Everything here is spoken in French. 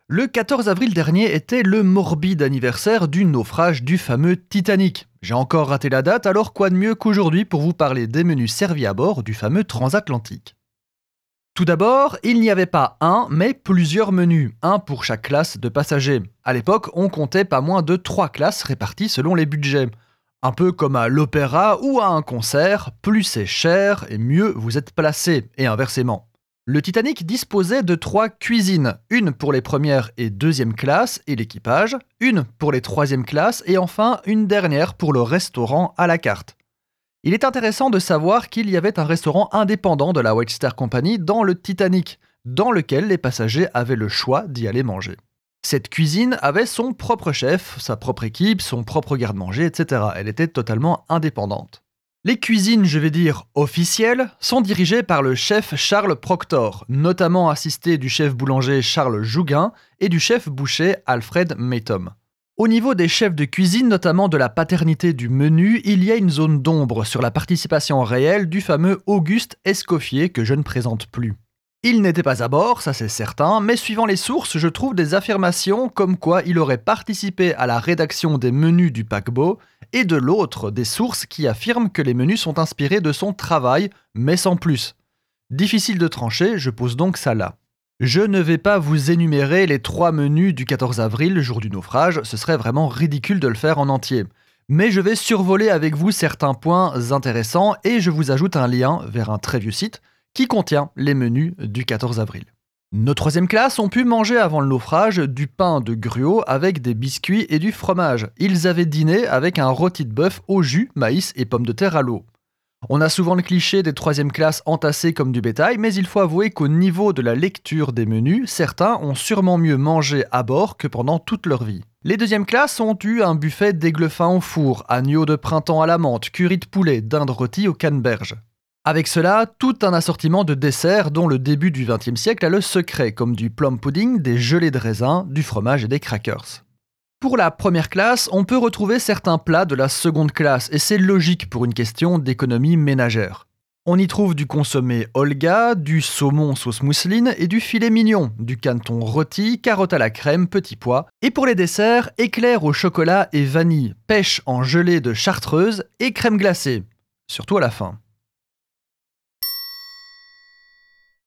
Le 14 avril dernier était le morbide anniversaire du naufrage du fameux Titanic. J'ai encore raté la date, alors quoi de mieux qu'aujourd'hui pour vous parler des menus servis à bord du fameux transatlantique. Tout d'abord, il n'y avait pas un, mais plusieurs menus, un pour chaque classe de passagers. À l'époque, on comptait pas moins de 3 classes réparties selon les budgets. Un peu comme à l'opéra ou à un concert, plus c'est cher et mieux vous êtes placé, et inversement. Le Titanic disposait de 3 cuisines, une pour les premières et deuxième classes et l'équipage, une pour les troisième classes et enfin une dernière pour le restaurant à la carte. Il est intéressant de savoir qu'il y avait un restaurant indépendant de la White Star Company dans le Titanic, dans lequel les passagers avaient le choix d'y aller manger. Cette cuisine avait son propre chef, sa propre équipe, son propre garde-manger, etc. Elle était totalement indépendante. Les cuisines, je vais dire officielles, sont dirigées par le chef Charles Proctor, notamment assisté du chef boulanger Charles Jouguin et du chef boucher Alfred Maytom. Au niveau des chefs de cuisine, notamment de la paternité du menu, il y a une zone d'ombre sur la participation réelle du fameux Auguste Escoffier que je ne présente plus. Il n'était pas à bord, ça c'est certain, mais suivant les sources, je trouve des affirmations comme quoi il aurait participé à la rédaction des menus du paquebot, et de l'autre, des sources qui affirment que les menus sont inspirés de son travail, mais sans plus. Difficile de trancher, je pose donc ça là. Je ne vais pas vous énumérer les 3 menus du 14 avril, jour du naufrage, ce serait vraiment ridicule de le faire en entier. Mais je vais survoler avec vous certains points intéressants et je vous ajoute un lien vers un très vieux site qui contient les menus du 14 avril. Nos troisième classes ont pu manger avant le naufrage du pain de gruau avec des biscuits et du fromage. Ils avaient dîné avec un rôti de bœuf au jus, maïs et pommes de terre à l'eau. On a souvent le cliché des troisième classes entassés comme du bétail, mais il faut avouer qu'au niveau de la lecture des menus, certains ont sûrement mieux mangé à bord que pendant toute leur vie. Les deuxième classes ont eu un buffet d'aigle fin au four, agneau de printemps à la menthe, curry de poulet, dinde rôtie au canneberge. Avec cela, tout un assortiment de desserts dont le début du XXe siècle a le secret, comme du plum pudding, des gelées de raisin, du fromage et des crackers. Pour la première classe, on peut retrouver certains plats de la seconde classe, et c'est logique pour une question d'économie ménagère. On y trouve du consommé Olga, du saumon sauce mousseline et du filet mignon, du canneton rôti, carottes à la crème, petits pois, et pour les desserts, éclairs au chocolat et vanille, pêche en gelée de chartreuse et crème glacée, surtout à la fin.